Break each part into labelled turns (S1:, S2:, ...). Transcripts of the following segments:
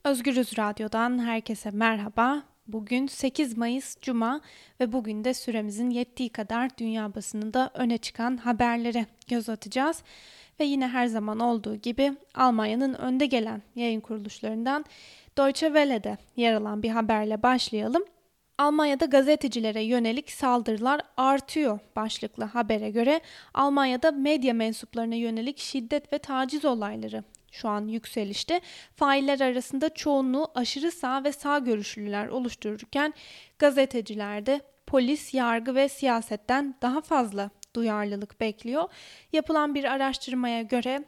S1: Özgürüz Radyo'dan herkese merhaba. Bugün 8 Mayıs Cuma ve bugün de süremizin yettiği kadar dünya basınında öne çıkan haberlere göz atacağız. Ve yine her zaman olduğu gibi Almanya'nın önde gelen yayın kuruluşlarından Deutsche Welle'de yer alan bir haberle başlayalım. Almanya'da gazetecilere yönelik saldırılar artıyor başlıklı habere göre Almanya'da medya mensuplarına yönelik şiddet ve taciz olayları şu an yükselişte. Failler arasında çoğunluğu aşırı sağ ve sağ görüşlüler oluştururken gazetecilerde polis, yargı ve siyasetten daha fazla duyarlılık bekliyor. Yapılan bir araştırmaya göre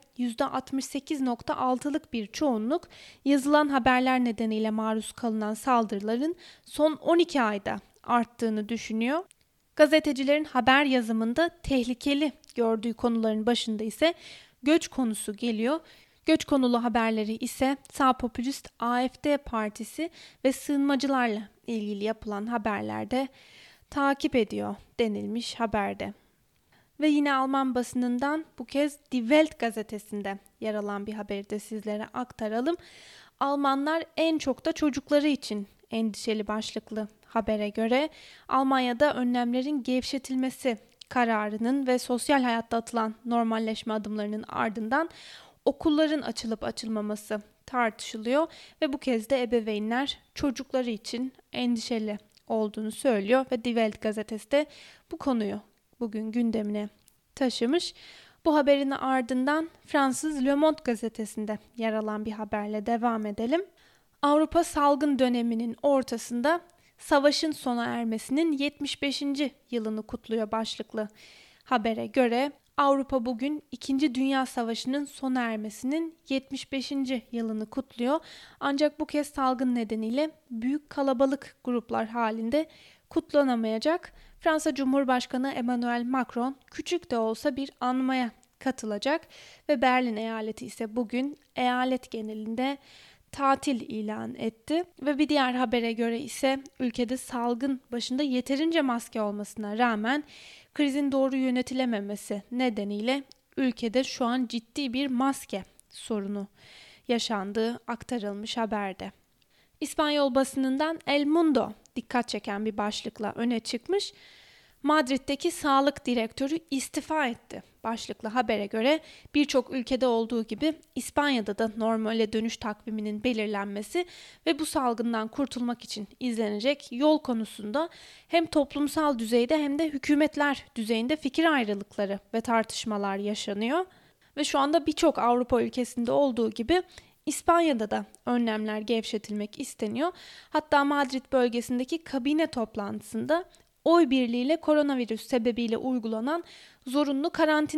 S1: %68.6'lık bir çoğunluk yazılan haberler nedeniyle maruz kalınan saldırıların son 12 ayda arttığını düşünüyor. Gazetecilerin haber yazımında tehlikeli gördüğü konuların başında ise göç konusu geliyor. Göç konulu haberleri ise sağ popülist AfD partisi ve sığınmacılarla ilgili yapılan haberlerde takip ediyor denilmiş haberde. Ve yine Alman basınından bu kez Die Welt gazetesinde yer alan bir haberi de sizlere aktaralım. Almanlar en çok da çocukları için endişeli başlıklı habere göre Almanya'da önlemlerin gevşetilmesi kararının ve sosyal hayatta atılan normalleşme adımlarının ardından okulların açılıp açılmaması tartışılıyor ve bu kez de ebeveynler çocukları için endişeli olduğunu söylüyor ve Die Welt gazetesi de bu konuyu bugün gündemine taşımış. Bu haberin ardından Fransız Le Monde gazetesinde yer alan bir haberle devam edelim. Avrupa salgın döneminin ortasında savaşın sona ermesinin 75. yılını kutluyor başlıklı habere göre Avrupa bugün 2. Dünya Savaşı'nın sona ermesinin 75. yılını kutluyor. Ancak bu kez salgın nedeniyle büyük kalabalık gruplar halinde kutlanamayacak. Fransa Cumhurbaşkanı Emmanuel Macron küçük de olsa bir anmaya katılacak ve Berlin eyaleti ise bugün eyalet genelinde tatil ilan etti ve bir diğer habere göre ise ülkede salgın başında yeterince maske olmasına rağmen krizin doğru yönetilememesi nedeniyle ülkede şu an ciddi bir maske sorunu yaşandığı aktarılmış haberde. İspanyol basınından El Mundo dikkat çeken bir başlıkla öne çıkmış. Madrid'deki sağlık direktörü istifa etti başlıklı habere göre birçok ülkede olduğu gibi İspanya'da da normale dönüş takviminin belirlenmesi ve bu salgından kurtulmak için izlenecek yol konusunda hem toplumsal düzeyde hem de hükümetler düzeyinde fikir ayrılıkları ve tartışmalar yaşanıyor. Ve şu anda birçok Avrupa ülkesinde olduğu gibi İspanya'da da önlemler gevşetilmek isteniyor. Hatta Madrid bölgesindeki kabine toplantısında oy birliğiyle koronavirüs sebebiyle uygulanan zorunlu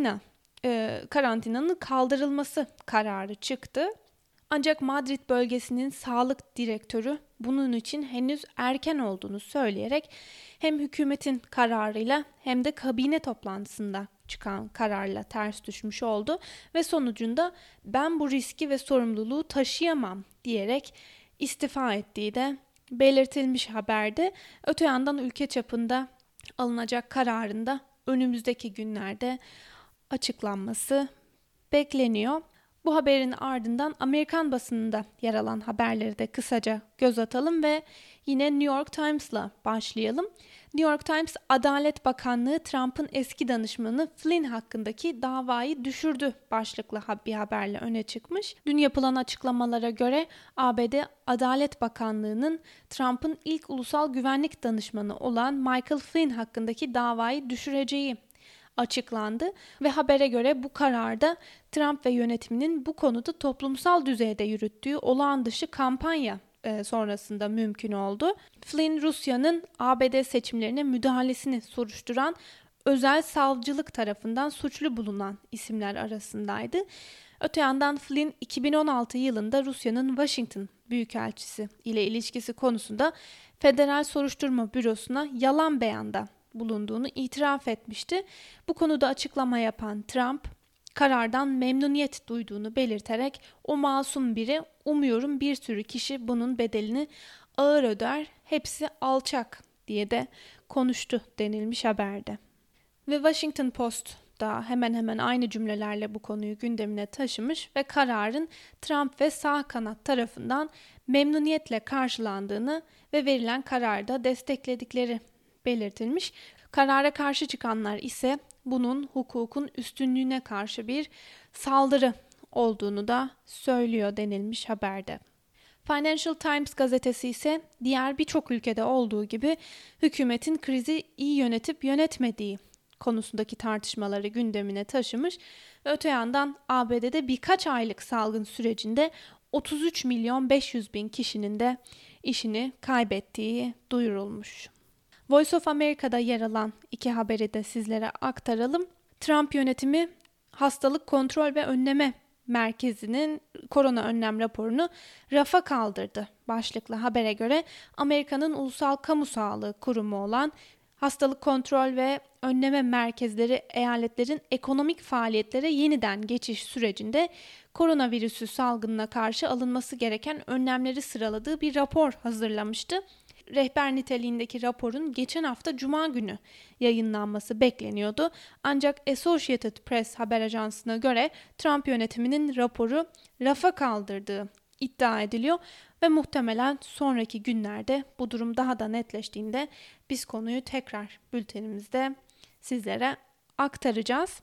S1: karantinanın kaldırılması kararı çıktı. Ancak Madrid bölgesinin sağlık direktörü bunun için henüz erken olduğunu söyleyerek hem hükümetin kararıyla hem de kabine toplantısında çıkan kararla ters düşmüş oldu ve sonucunda ben bu riski ve sorumluluğu taşıyamam diyerek istifa ettiği de belirtilmiş haberde. Öte yandan ülke çapında alınacak kararın da önümüzdeki günlerde açıklanması bekleniyor. Bu haberin ardından Amerikan basınında yer alan haberleri de kısaca göz atalım ve yine New York Times'la başlayalım. New York Times, Adalet Bakanlığı Trump'ın eski danışmanı Flynn hakkındaki davayı düşürdü başlıklı bir haberle öne çıkmış. Dün yapılan açıklamalara göre ABD Adalet Bakanlığı'nın Trump'ın ilk ulusal güvenlik danışmanı olan Michael Flynn hakkındaki davayı düşüreceği açıklandı ve habere göre bu kararda Trump ve yönetiminin bu konuda toplumsal düzeyde yürüttüğü olağan dışı kampanya sonrasında mümkün oldu. Flynn, Rusya'nın ABD seçimlerine müdahalesini soruşturan özel savcılık tarafından suçlu bulunan isimler arasındaydı. Öte yandan Flynn 2016 yılında Rusya'nın Washington Büyükelçisi ile ilişkisi konusunda Federal Soruşturma Bürosu'na yalan beyanda bulunduğunu itiraf etmişti. Bu konuda açıklama yapan Trump, karardan memnuniyet duyduğunu belirterek o masum biri, umuyorum bir sürü kişi bunun bedelini ağır öder, hepsi alçak diye de konuştu denilmiş haberde. Ve Washington Post da hemen hemen aynı cümlelerle bu konuyu gündemine taşımış ve kararın Trump ve sağ kanat tarafından memnuniyetle karşılandığını ve verilen kararı da destekledikleri belirtilmiş. Karara karşı çıkanlar ise bunun hukukun üstünlüğüne karşı bir saldırı olduğunu da söylüyor denilmiş haberde. Financial Times gazetesi ise diğer birçok ülkede olduğu gibi hükümetin krizi iyi yönetip yönetmediği konusundaki tartışmaları gündemine taşımış ve öte yandan ABD'de birkaç aylık salgın sürecinde 33 milyon 500 bin kişinin de işini kaybettiği duyurulmuş. Voice of America'da yer alan iki haberi de sizlere aktaralım. Trump yönetimi Hastalık Kontrol ve Önleme Merkezi'nin korona önlem raporunu rafa kaldırdı. Başlıklı habere göre Amerika'nın ulusal kamu sağlığı kurumu olan Hastalık Kontrol ve Önleme Merkezleri eyaletlerin ekonomik faaliyetlere yeniden geçiş sürecinde koronavirüsü salgınına karşı alınması gereken önlemleri sıraladığı bir rapor hazırlamıştı. Rehber niteliğindeki raporun geçen hafta Cuma günü yayınlanması bekleniyordu. Ancak Associated Press haber ajansına göre Trump yönetiminin raporu rafa kaldırdığı iddia ediliyor ve muhtemelen sonraki günlerde bu durum daha da netleştiğinde biz konuyu tekrar bültenimizde sizlere aktaracağız.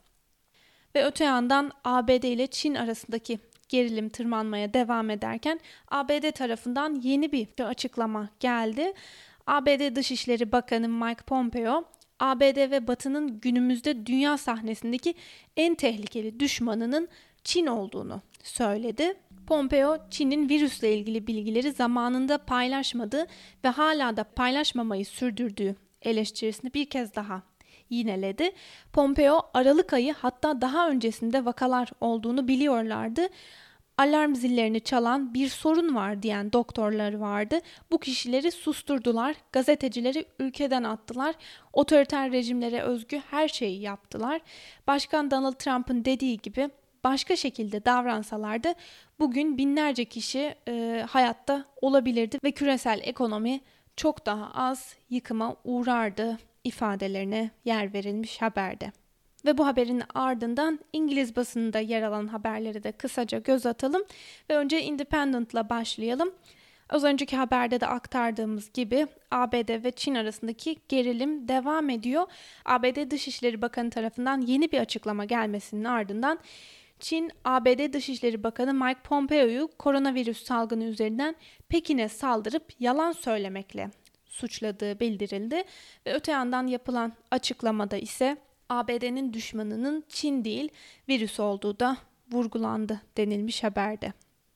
S1: Ve öte yandan ABD ile Çin arasındaki gerilim tırmanmaya devam ederken ABD tarafından yeni bir açıklama geldi. ABD Dışişleri Bakanı Mike Pompeo, ABD ve Batı'nın günümüzde dünya sahnesindeki en tehlikeli düşmanının Çin olduğunu söyledi. Pompeo, Çin'in virüsle ilgili bilgileri zamanında paylaşmadığı ve hala da paylaşmamayı sürdürdüğü eleştirisini bir kez daha yineledi. Pompeo, Aralık ayı hatta daha öncesinde vakalar olduğunu biliyorlardı. Alarm zillerini çalan bir sorun var diyen doktorları vardı. Bu kişileri susturdular, gazetecileri ülkeden attılar, otoriter rejimlere özgü her şeyi yaptılar. Başkan Donald Trump'ın dediği gibi başka şekilde davransalardı bugün binlerce kişi hayatta olabilirdi ve küresel ekonomi çok daha az yıkıma uğrardı ifadelerine yer verilmiş haberde. Ve bu haberin ardından İngiliz basınında yer alan haberleri de kısaca göz atalım ve önce Independent'la başlayalım. Az önceki haberde de aktardığımız gibi ABD ve Çin arasındaki gerilim devam ediyor. ABD Dışişleri Bakanı tarafından yeni bir açıklama gelmesinin ardından Çin, ABD Dışişleri Bakanı Mike Pompeo'yu koronavirüs salgını üzerinden Pekin'e saldırıp yalan söylemekle suçladığı bildirildi ve öte yandan yapılan açıklamada ise ABD'nin düşmanının Çin değil virüs olduğu da vurgulandı denilmiş haberde.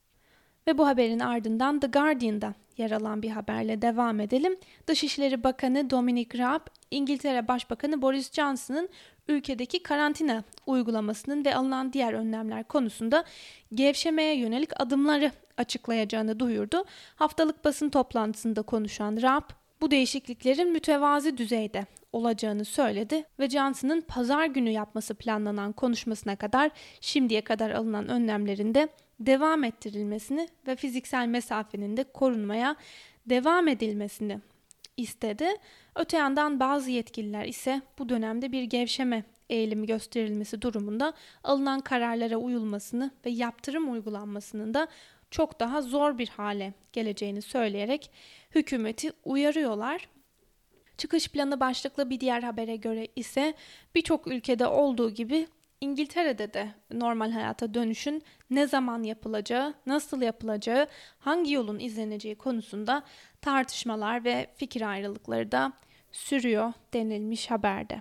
S1: Ve bu haberin ardından The Guardian'da yer alan bir haberle devam edelim. Dışişleri Bakanı Dominic Raab, İngiltere Başbakanı Boris Johnson'ın ülkedeki karantina uygulamasının ve alınan diğer önlemler konusunda gevşemeye yönelik adımları açıklayacağını duyurdu. Haftalık basın toplantısında konuşan Raab, bu değişikliklerin mütevazi düzeyde olacağını söyledi ve Johnson'ın pazar günü yapması planlanan konuşmasına kadar şimdiye kadar alınan önlemlerin de devam ettirilmesini ve fiziksel mesafenin de korunmaya devam edilmesini istedi. Öte yandan bazı yetkililer ise bu dönemde bir gevşeme eğilimi gösterilmesi durumunda alınan kararlara uyulmasını ve yaptırım uygulanmasının da çok daha zor bir hale geleceğini söyleyerek hükümeti uyarıyorlar. Çıkış planı başlıklı bir diğer habere göre ise birçok ülkede olduğu gibi İngiltere'de de normal hayata dönüşün ne zaman yapılacağı, nasıl yapılacağı, hangi yolun izleneceği konusunda tartışmalar ve fikir ayrılıkları da sürüyor denilmiş haberde.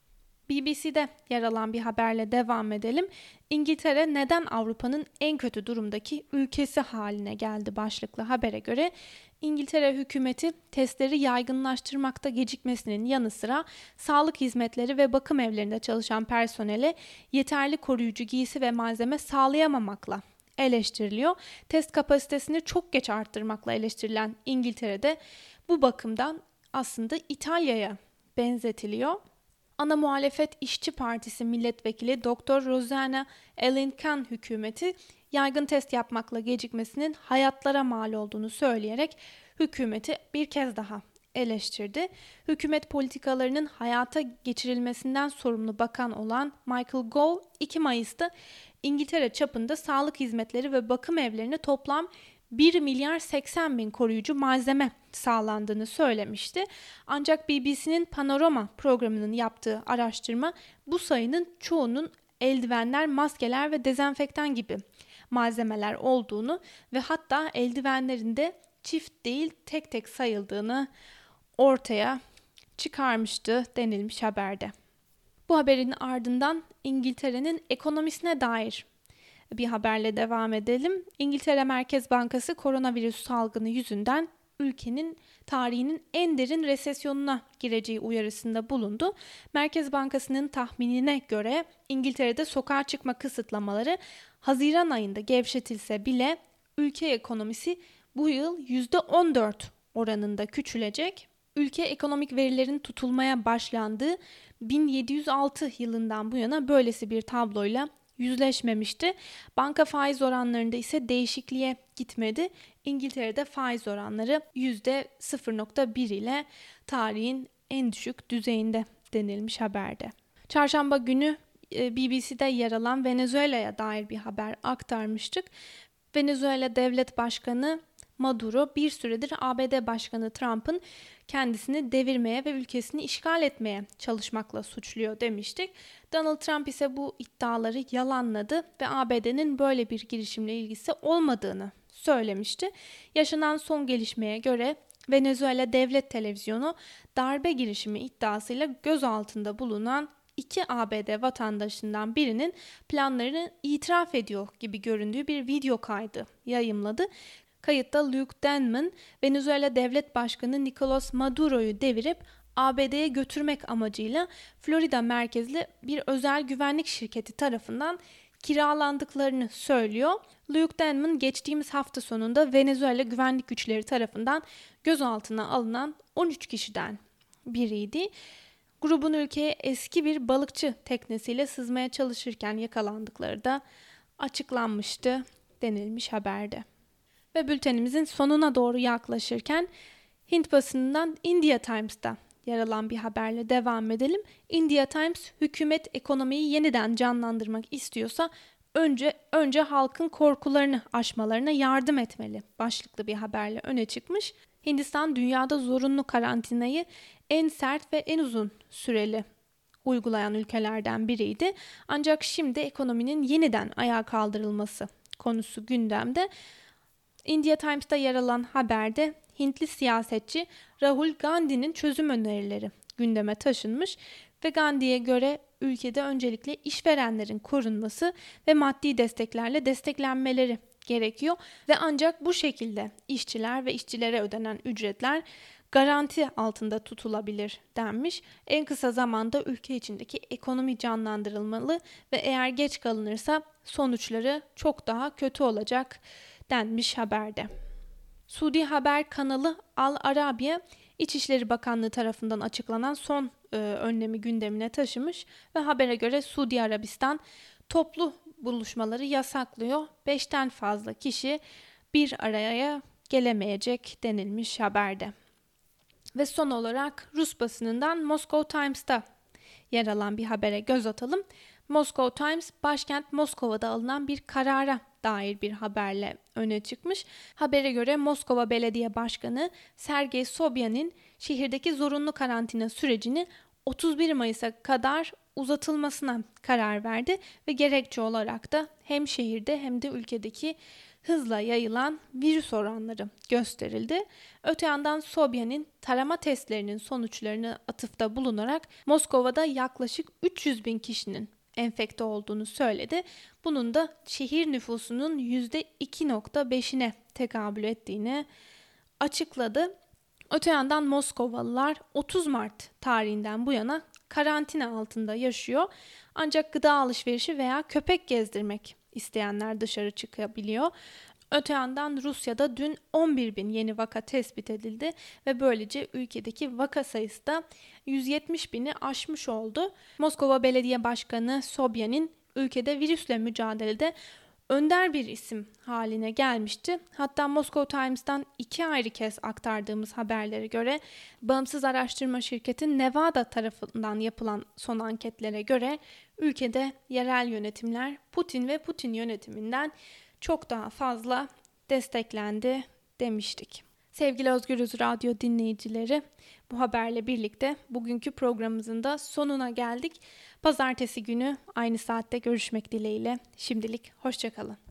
S1: BBC'de yer alan bir haberle devam edelim. İngiltere neden Avrupa'nın en kötü durumdaki ülkesi haline geldi başlıklı habere göre İngiltere hükümeti testleri yaygınlaştırmakta gecikmesinin yanı sıra sağlık hizmetleri ve bakım evlerinde çalışan personele yeterli koruyucu giysi ve malzeme sağlayamamakla eleştiriliyor. Test kapasitesini çok geç arttırmakla eleştirilen İngiltere'de bu bakımdan aslında İtalya'ya benzetiliyor. Ana muhalefet İşçi Partisi milletvekili Dr. Rosanna Ellen-Kahn hükümeti yaygın test yapmakla gecikmesinin hayatlara mal olduğunu söyleyerek hükümeti bir kez daha eleştirdi. Hükümet politikalarının hayata geçirilmesinden sorumlu bakan olan Michael Gove 2 Mayıs'ta İngiltere çapında sağlık hizmetleri ve bakım evlerine toplam 1 milyar 80 bin koruyucu malzeme sağlandığını söylemişti. Ancak BBC'nin Panorama programının yaptığı araştırma bu sayının çoğunun eldivenler, maskeler ve dezenfektan gibi malzemeler olduğunu ve hatta eldivenlerin de çift değil tek tek sayıldığını ortaya çıkarmıştı denilmiş haberde. Bu haberin ardından İngiltere'nin ekonomisine dair bir haberle devam edelim. İngiltere Merkez Bankası koronavirüs salgını yüzünden ülkenin tarihinin en derin resesyonuna gireceği uyarısında bulundu. Merkez Bankası'nın tahminine göre İngiltere'de sokağa çıkma kısıtlamaları Haziran ayında gevşetilse bile ülke ekonomisi bu yıl %14 oranında küçülecek. Ülke ekonomik verilerin tutulmaya başlandığı 1706 yılından bu yana böylesi bir tabloyla yüzleşmemişti. Banka faiz oranlarında ise değişikliğe gitmedi. İngiltere'de faiz oranları %0.1 ile tarihin en düşük düzeyinde denilmiş haberde. Çarşamba günü BBC'de yer alan Venezuela'ya dair bir haber aktarmıştık. Venezuela Devlet Başkanı Maduro bir süredir ABD Başkanı Trump'ın kendisini devirmeye ve ülkesini işgal etmeye çalışmakla suçluyor demiştik. Donald Trump ise bu iddiaları yalanladı ve ABD'nin böyle bir girişimle ilgisi olmadığını söylemişti. Yaşanan son gelişmeye göre Venezuela Devlet Televizyonu darbe girişimi iddiasıyla gözaltında bulunan 2 ABD vatandaşından birinin planlarını itiraf ediyor gibi göründüğü bir video kaydı yayımladı. Kayıtta Luke Denman, Venezuela Devlet Başkanı Nicolas Maduro'yu devirip ABD'ye götürmek amacıyla Florida merkezli bir özel güvenlik şirketi tarafından kiralandıklarını söylüyor. Luke Denman geçtiğimiz hafta sonunda Venezuela güvenlik güçleri tarafından gözaltına alınan 13 kişiden biriydi. Grubun ülkeye eski bir balıkçı teknesiyle sızmaya çalışırken yakalandıkları da açıklanmıştı denilmiş haberde. Ve bültenimizin sonuna doğru yaklaşırken Hint basınından India Times'ta yer alan bir haberle devam edelim. India Times, hükümet ekonomiyi yeniden canlandırmak istiyorsa önce halkın korkularını aşmalarına yardım etmeli başlıklı bir haberle öne çıkmış. Hindistan dünyada zorunlu karantinayı en sert ve en uzun süreli uygulayan ülkelerden biriydi. Ancak şimdi ekonominin yeniden ayağa kaldırılması konusu gündemde. India Times'ta yer alan haberde Hintli siyasetçi Rahul Gandhi'nin çözüm önerileri gündeme taşınmış ve Gandhi'ye göre ülkede öncelikle işverenlerin korunması ve maddi desteklerle desteklenmeleri gerekiyor ve ancak bu şekilde işçiler ve işçilere ödenen ücretler garanti altında tutulabilir denmiş. En kısa zamanda ülke içindeki ekonomi canlandırılmalı ve eğer geç kalınırsa sonuçları çok daha kötü olacak denmiş haberde. Suudi haber kanalı Al Arabiya, İçişleri Bakanlığı tarafından açıklanan son önlemi gündemine taşımış ve habere göre Suudi Arabistan toplu buluşmaları yasaklıyor. 5'ten fazla kişi bir araya gelemeyecek denilmiş haberde. Ve son olarak Rus basınından Moscow Times'ta yer alan bir habere göz atalım. Moscow Times, başkent Moskova'da alınan bir karara dair bir haberle öne çıkmış. Habere göre Moskova Belediye Başkanı Sergey Sobyanin şehirdeki zorunlu karantina sürecini 31 Mayıs'a kadar uzatılmasına karar verdi ve gerekçe olarak da hem şehirde hem de ülkedeki hızla yayılan virüs oranları gösterildi. Öte yandan Sobyanin tarama testlerinin sonuçlarını atıfta bulunarak Moskova'da yaklaşık 300 bin kişinin enfekte olduğunu söyledi. Bunun da şehir nüfusunun %2.5'ine tekabül ettiğini açıkladı. Öte yandan Moskovalılar 30 Mart tarihinden bu yana karantina altında yaşıyor. Ancak gıda alışverişi veya köpek gezdirmek isteyenler dışarı çıkabiliyor. Öte yandan Rusya'da dün 11 bin yeni vaka tespit edildi ve böylece ülkedeki vaka sayısı da 170 bini aşmış oldu. Moskova Belediye Başkanı Sobyanin ülkede virüsle mücadelede önder bir isim haline gelmişti. Hatta Moscow Times'tan 2 ayrı kez aktardığımız haberlere göre bağımsız araştırma şirketi Nevada tarafından yapılan son anketlere göre ülkede yerel yönetimler Putin ve Putin yönetiminden çok daha fazla desteklendi demiştik. Sevgili Özgürüz Radyo dinleyicileri, bu haberle birlikte bugünkü programımızın da sonuna geldik. Pazartesi günü aynı saatte görüşmek dileğiyle. Şimdilik hoşça kalın.